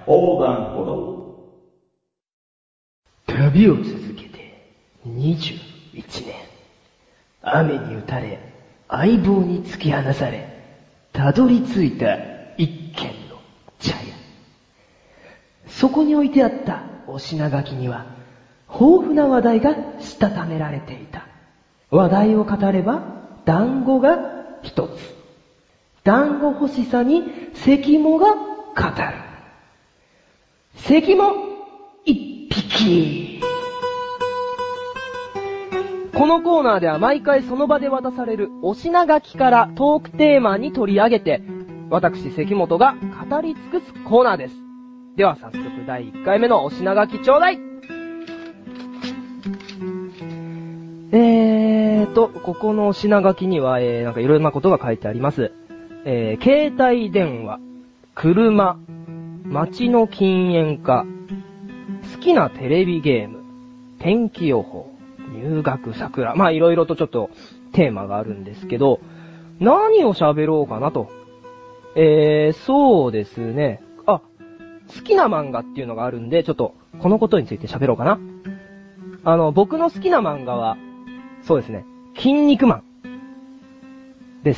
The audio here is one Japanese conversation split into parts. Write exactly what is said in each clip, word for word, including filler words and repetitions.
横断歩道。 旅を続けてにじゅういちねん。雨に打たれ、相棒に突き放され、たどり着いた一軒の茶屋。そこに置いてあったお品書きには、豊富な話題がしたためられていた。話題を語れば、団子が一つ。団子欲しさに関もが語る。関も一匹。このコーナーでは毎回その場で渡されるお品書きからトークテーマに取り上げて、私関本が語り尽くすコーナーです。では早速だいいっかいめのお品書きちょうだい。えーと、ここのお品書きには、えー、なんかいろいろなことが書いてあります。えー、携帯電話、車、街の禁煙家、好きなテレビゲーム、天気予報、入学桜。まあいろいろとちょっとテーマがあるんですけど、何を喋ろうかなと。えー、そうですね。あ、好きな漫画っていうのがあるんで、ちょっとこのことについて喋ろうかな。あの、僕の好きな漫画は、そうですね、筋肉マンです。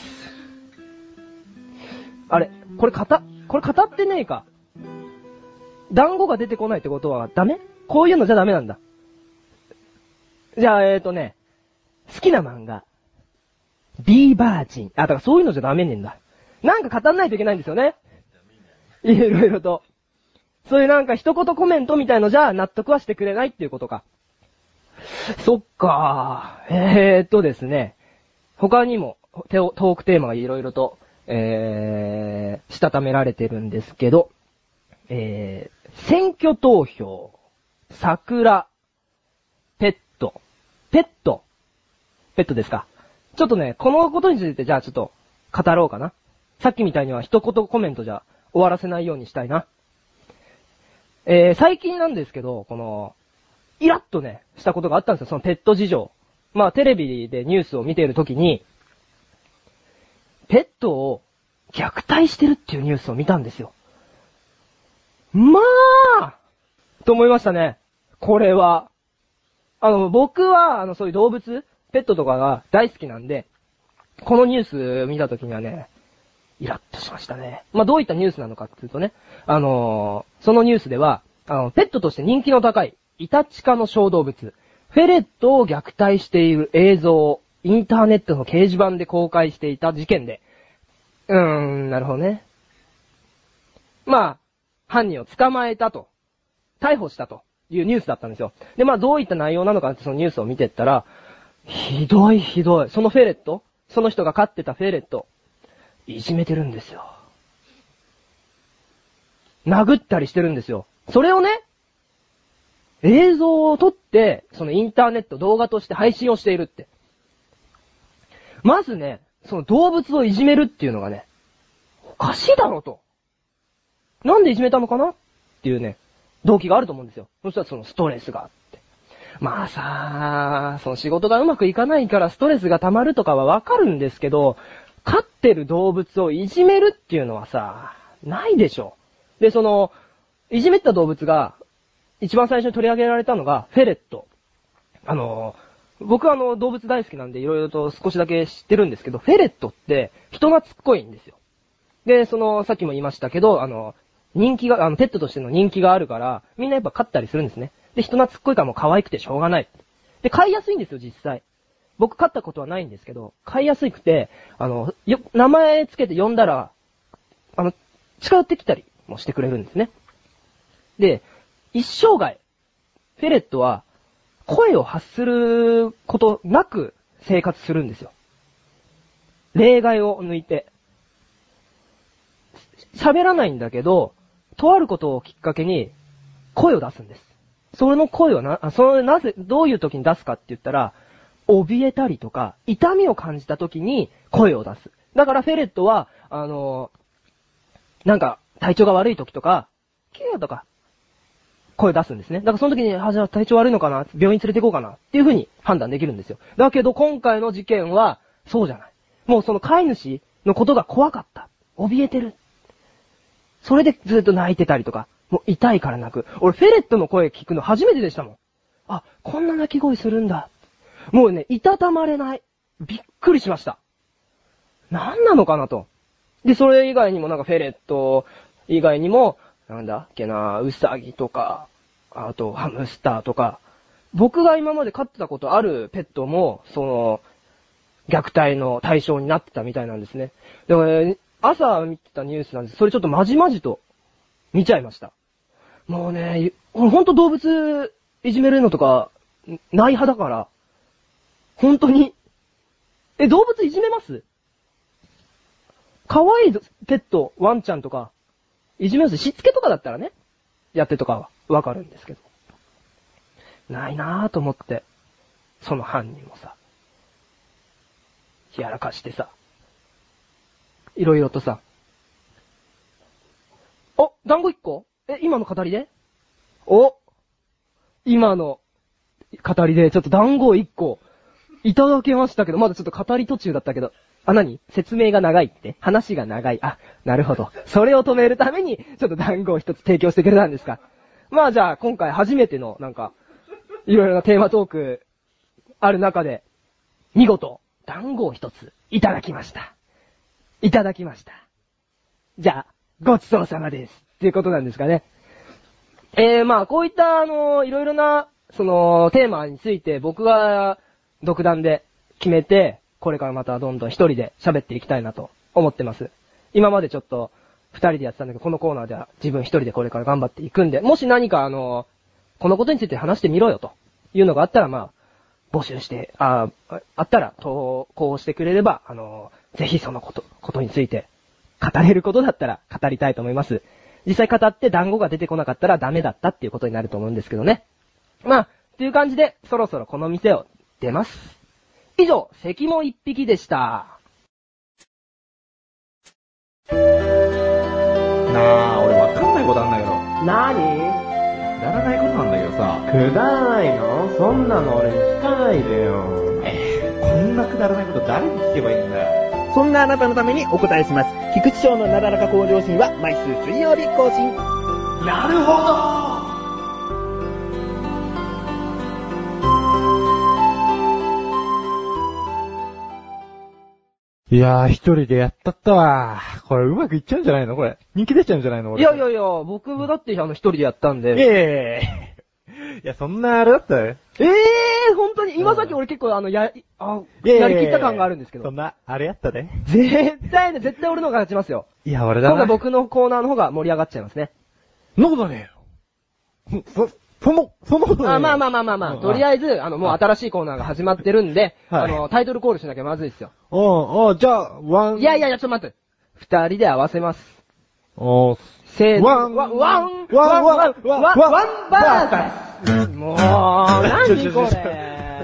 あれ、これ語、これ語ってねえか。団子が出てこないってことはダメ？こういうのじゃダメなんだ。じゃあ、えーとね、好きな漫画、ビーバージン。あ、だからそういうのじゃダメねんだ。なんか語んないといけないんですよね。いろいろと。そういうなんか一言コメントみたいのじゃ納得はしてくれないっていうことか。そっかー。えーっとですね、他にもトークテーマがいろいろと、えー、したためられてるんですけど、えー、選挙投票、桜、ペット、ペット、ペットですか。ちょっとね、このことについてじゃあちょっと語ろうかな。さっきみたいには一言コメントじゃ終わらせないようにしたいな。えー、最近なんですけど、この、イラッとね、したことがあったんですよ、そのペット事情。まあテレビでニュースを見ているときに、ペットを虐待してるっていうニュースを見たんですよ。まあと思いましたね。これは。あの、僕は、あの、そういう動物、ペットとかが大好きなんで、このニュース見たときにはね、イラッとしましたね。まあどういったニュースなのかっていうとね、あのー、そのニュースでは、あの、ペットとして人気の高い、イタチ科の小動物、フェレットを虐待している映像をインターネットの掲示板で公開していた事件で、うーん、なるほどね。まあ、犯人を捕まえたと、逮捕したというニュースだったんですよ。で、まあどういった内容なのかってそのニュースを見てったら、ひどいひどい。そのフェレット、その人が飼ってたフェレット、いじめてるんですよ。殴ったりしてるんですよ。それをね、映像を撮って、そのインターネット動画として配信をしているって。まずね、その動物をいじめるっていうのがね、おかしいだろうと。なんでいじめたのかなっていうね、動機があると思うんですよ。そしたらそのストレスがあって。まあさー、その仕事がうまくいかないからストレスが溜まるとかはわかるんですけど、飼ってる動物をいじめるっていうのはさ、ないでしょ。で、その、いじめった動物が、一番最初に取り上げられたのが、フェレット。あの、僕はあの、動物大好きなんで、いろいろと少しだけ知ってるんですけど、フェレットって、人懐っこいんですよ。で、その、さっきも言いましたけど、あの、人気が、あの、ペットとしての人気があるから、みんなやっぱ飼ったりするんですね。で、人懐っこいからもう可愛くてしょうがない。で、飼いやすいんですよ、実際。僕飼ったことはないんですけど、飼いやすくて、あの、よ、名前つけて呼んだら、あの、近寄ってきたりもしてくれるんですね。で、一生涯、フェレットは、声を発することなく生活するんですよ。例外を抜いて。喋らないんだけど、とあることをきっかけに、声を出すんです。その声をな、その、なぜ、どういう時に出すかって言ったら、怯えたりとか、痛みを感じた時に声を出す。だからフェレットは、あのー、なんか、体調が悪い時とか、キューとか、声を出すんですね。だからその時に、あ、じゃあ体調悪いのかな、病院連れて行こうかな、っていう風に判断できるんですよ。だけど今回の事件は、そうじゃない。もうその飼い主のことが怖かった。怯えてる。それでずっと泣いてたりとか、 もう痛いから泣く。俺フェレットの声聞くの初めてでしたもん。あ、こんな鳴き声するんだ。もうね、いたたまれない。びっくりしました。何なのかなと。で、それ以外にもなんかフェレット以外にも、なんだっけな、ウサギとか、あとハムスターとか、僕が今まで飼ってたことあるペットも、その、虐待の対象になってたみたいなんですね。でもね、朝見てたニュースなんです。それちょっとまじまじと見ちゃいました。もうね、俺ほんと動物いじめるのとか、ない派だから、本当に、え、動物いじめます？可愛いペット、ワンちゃんとか、いじめます？しつけとかだったらね、やってとかはわかるんですけど。ないなぁと思って、その犯人もさ、やらかしてさ、いろいろとさ、お、団子一個？え、今の語りで？お、今の語りでちょっと団子一個いただけましたけど、まだちょっと語り途中だったけど、あ、何？説明が長いって？話が長い。あ、なるほど。それを止めるために、ちょっと団子を一つ提供してくれたんですか。まあじゃあ、今回初めての、なんか、いろいろなテーマトーク、ある中で、見事、団子を一つ、いただきました。いただきました。じゃあ、ごちそうさまです。っていうことなんですかね。えー、まあ、こういった、あの、いろいろな、その、テーマについて、僕が、独断で決めて、これからまたどんどん一人で喋っていきたいなと思ってます。今までちょっと二人でやってたんだけど、このコーナーでは自分一人でこれから頑張っていくんで、もし何かあの、このことについて話してみろよというのがあったら、まあ、募集して、ああったら投稿してくれれば、あの、ぜひそのこと、ことについて語れることだったら語りたいと思います。実際語って団子が出てこなかったらダメだったっていうことになると思うんですけどね。まあ、という感じで、そろそろこの店を出ます。以上、関も一匹でした。 なあ、俺わかんないことあんだけど。 なに？ くだらないことなんだけどさ。 くだらないの？そんなの俺に聞かないでよ。 えー、こんなくだらないこと誰に聞けばいいんだよ。 そんなあなたのためにお答えします。菊池翔のなだらか向上心は毎週水曜日更新。 なるほど。 いやー、一人でやったったわ。これうまくいっちゃうんじゃないのこれ。人気出ちゃうんじゃないの俺。 いやいやいや、僕だってあの一人でやったんで。 いやいやいやいや、そんなあれだったよ。 ええー、本当に今さっき俺結構あの、や、あ、やりきった感があるんですけど。 そんな、あれやったね。 絶対ね、絶対俺の方が勝ちますよ。 いや、俺だな。 今回僕のコーナーの方が盛り上がっちゃいますね。 そんなことねえよ。そ、その、そのことねえよ。 あ、まあまあまあまあまあ、とりあえず、あの、もう新しいコーナーが始まってるんで、 はいあの、タイトルコールしなきゃまずいですよ。 おう、じゃあ、ワン。 いやいやいや、ちょっと待って。二人で合わせます。 おー、 せーの。 ワン、 ワン、ワン、 ワン、ワン、ワン、 ワン、ワン、ワンバーサス。もう、何これ。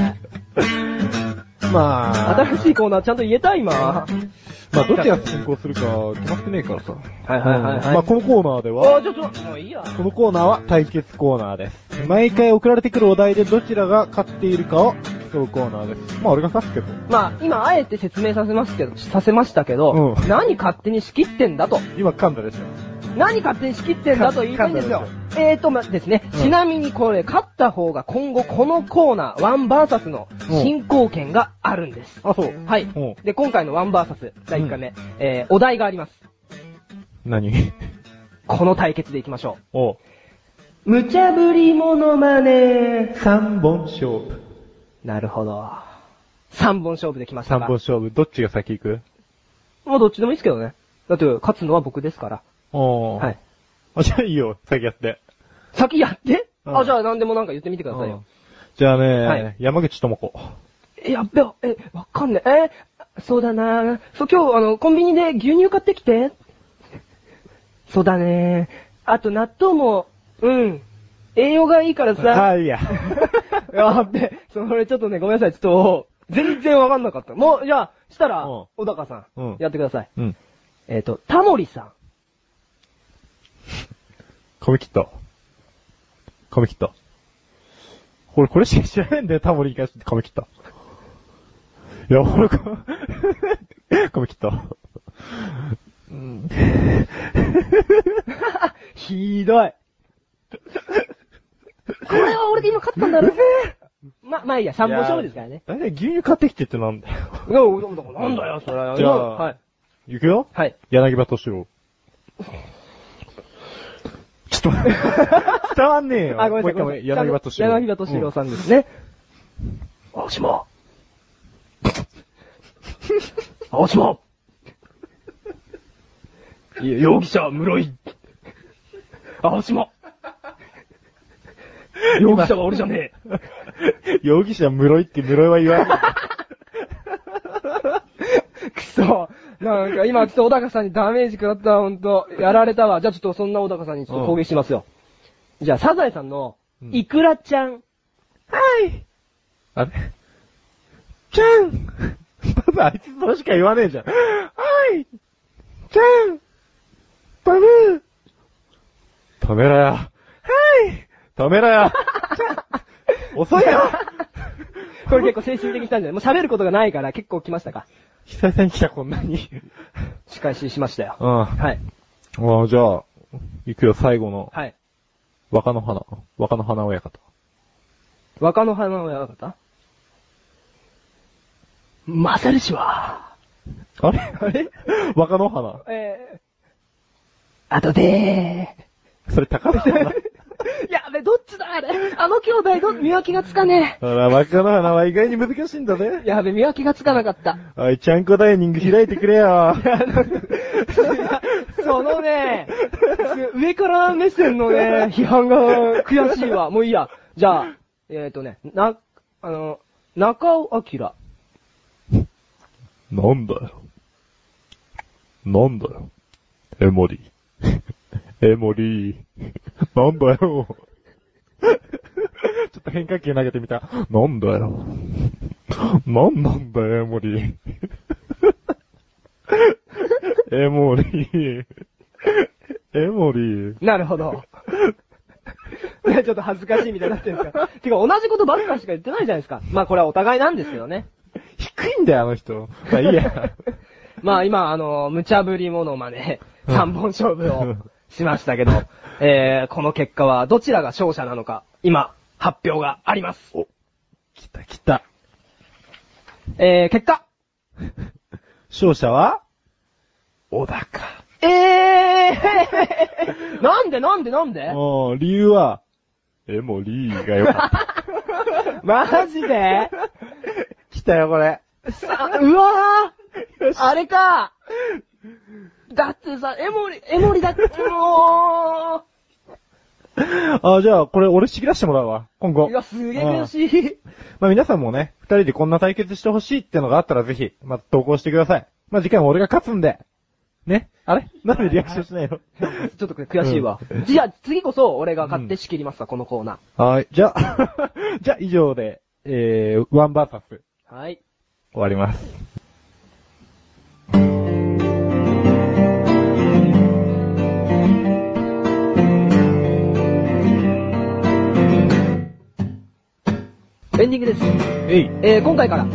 まあ、 新しいコーナーちゃんと言えた今。 まあ、どっちが進行するか決まってねえからさ。 はいはいはいはい。 まあ、このコーナーであ、 は、 ちょっと、もういいや。 このコーナーは対決コーナーです。毎回送られてくるお題でどちらが勝っているかを競うコーナーです。まあ、俺が勝つけど。 まあ、今、あえて説明させますけど、させましたけど、 うん何勝手に仕切ってんだと。 今噛んだでしょ。 何勝手に仕切ってんだと言いたいんですよ。えーと、ま、ですね、 うんちなみにこれ、勝った方が今後このコーナー、ワンバーサスの進行権があるんです。 あ、そう。 はいうん。 で、今回のワンバーサス、だいいっかいめ、えー、お題があります。 何この対決でいきましょおう。 う。無茶ぶりモノマネ。 三本勝負。 なるほど。三本勝負できましたか。 三本勝負。どっちが先行く？ まあ、どっちでもいいですけどね。だって、勝つのは僕ですから。 おー。 はい。 あ、じゃあいいよ。先やって。 先やってうんあ、じゃあ何でもなんか言ってみてくださいよ。 じゃあね、 はい山口智子。 え、やっべ、え、わかんねえ。え、そうだなそう、今日、あの、コンビニで牛乳買ってきて。そうだねあと、納豆も、うん。栄養がいいからさ。 あ、いいや。 やっべ、それちょっとね、ごめんなさい。ちょっと、全然わかんなかった。もう、じゃあ、したら、 うん小高さん、 うんやってください。 うん。 えっと、タモリさん。 髪切った。髪切った。俺これしか知らないんだよ、タモリに関して髪切った。いや、俺か、髪切った。 うん。 ひどい。これは俺で今勝ったんだろう。ま、まあいいや、三本勝負ですからね。 だいたい牛乳買ってきてってなんだよ。 いや、なんだよ、それは。 じゃあ、 はい。 行くよ。 はい。 柳葉敏郎。ちょっと待って。伝わんねえよ。 あ、ごめんなさい。 もう一回柳葉敏郎。 柳葉敏郎さんですね。青島。青島。いや、容疑者、室井。青島。容疑者は俺じゃねえ。容疑者室井って室井は言わない。 くそ。なんか今ちょっと小高さんにダメージ食らったわ、ほんと。やられたわ。じゃあちょっとそんな小高さんにちょっと攻撃しますよ。うん、じゃあ、サザエさんの、イクラちゃん。うん、はい。 あれちゃんまずあいつのしか言わねえじゃん。はい。ちゃんバブー止めろよ。はい。止めろよ。遅いよ。 これ結構精神的に来たんじゃない？もう喋ることがないから結構来ましたか？ 久々に来た、こんなに。 仕返ししましたよ。 うん。 はい。 ああ、じゃあ、行くよ、最後の。 はい。 若の花。若の花親方。 若の花親方？マサル氏は、 あれあれ若の花。 えー、後でー。それ高田花。 やべ、どっちだあれ。あの兄弟ど、見分けがつかねえ。ほら、若の花は意外に難しいんだね。 やべ、見分けがつかなかった。 おい、ちゃんこダイニング開いてくれよ。 そのね、上から目線のね、批判が悔しいわ。もういいや。じゃあ、えっとね、な、あの、中尾明。 なんだよ。なんだよ。エモリー。エモリー。なんだよ。ちょっと変化球投げてみた。なんだよ。なんなんだよ、エモリー。エモリー。エモリー。 なるほど。ちょっと恥ずかしいみたいになってるんですか。てか同じことばっかしか言ってないじゃないですか。まあこれはお互いなんですけどね。 低いんだよ、あの人。まあいいや。 まあ今、あの、無茶ぶりモノマネ、三本勝負をしましたけど、えー、この結果はどちらが勝者なのか、今、発表があります。 お、来た来た。 えー、結果。 勝者は小高。 えーなんでなんでなんでうん、理由は、エモリーが良かった。 マジで来たよ、これ。 さ、うわーあれかだってさ、エモリ、エモリだってもうあ、じゃあ、これ俺仕切らしてもらうわ、今後。 いや、すげえ悔しい。 まあ皆さんもね、二人でこんな対決してほしいってのがあったらぜひ、まあ投稿してください。まあ次回も俺が勝つんで。ねあれなんでリアクションしないのちょっと悔しいわ。うん、じゃあ次こそ俺が勝って仕切りますわ、うん、このコーナー。はい。じゃあ、じゃあ以上で、えー、ワンバーサス。 はい。 終わります。 エンディングです。 えい。 えー、今回から、 うん、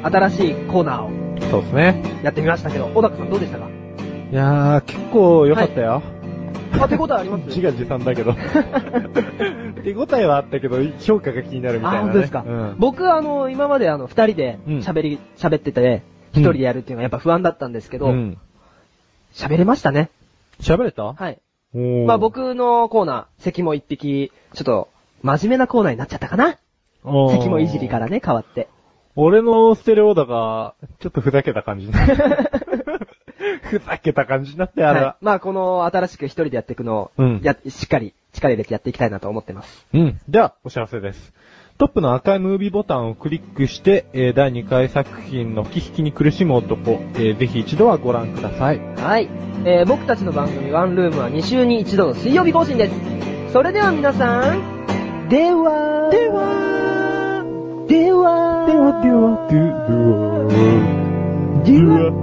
新しいコーナーを。 そうですね。 やってみましたけど、小高さんどうでしたか？ いやー、結構良かったよ。 はい、あ、手応えあります自画自賛だけど。手応えはあったけど、評価が気になるみたいな、ね。 あ、本当ですか。うん、僕、あの、今まであの、二人で喋り、喋、うん、ってて、一人でやるっていうのがやっぱ不安だったんですけど、喋、うん、れましたね。 喋れた？ はい。まあ僕のコーナー、関も一匹、ちょっと、真面目なコーナーになっちゃったかな。関もいじりからね、変わって。 俺のステレオだが、ちょっとふざけた感じになってふざけた感じになって、あれは。はい、 まあこの新しく一人でやっていくのを、うん、や、しっかり、力入れてやっていきたいなと思ってます。 うん。では、お知らせです。トップの赤いムービーボタンをクリックして、えー、だいにかい作品の危機に苦しむ男、えー、ぜひ一度はご覧ください。 はい。えー、僕たちの番組ワンルームはに週に一度の水曜日更新です。それでは皆さん、では、 では、 では、 では、では、では、では、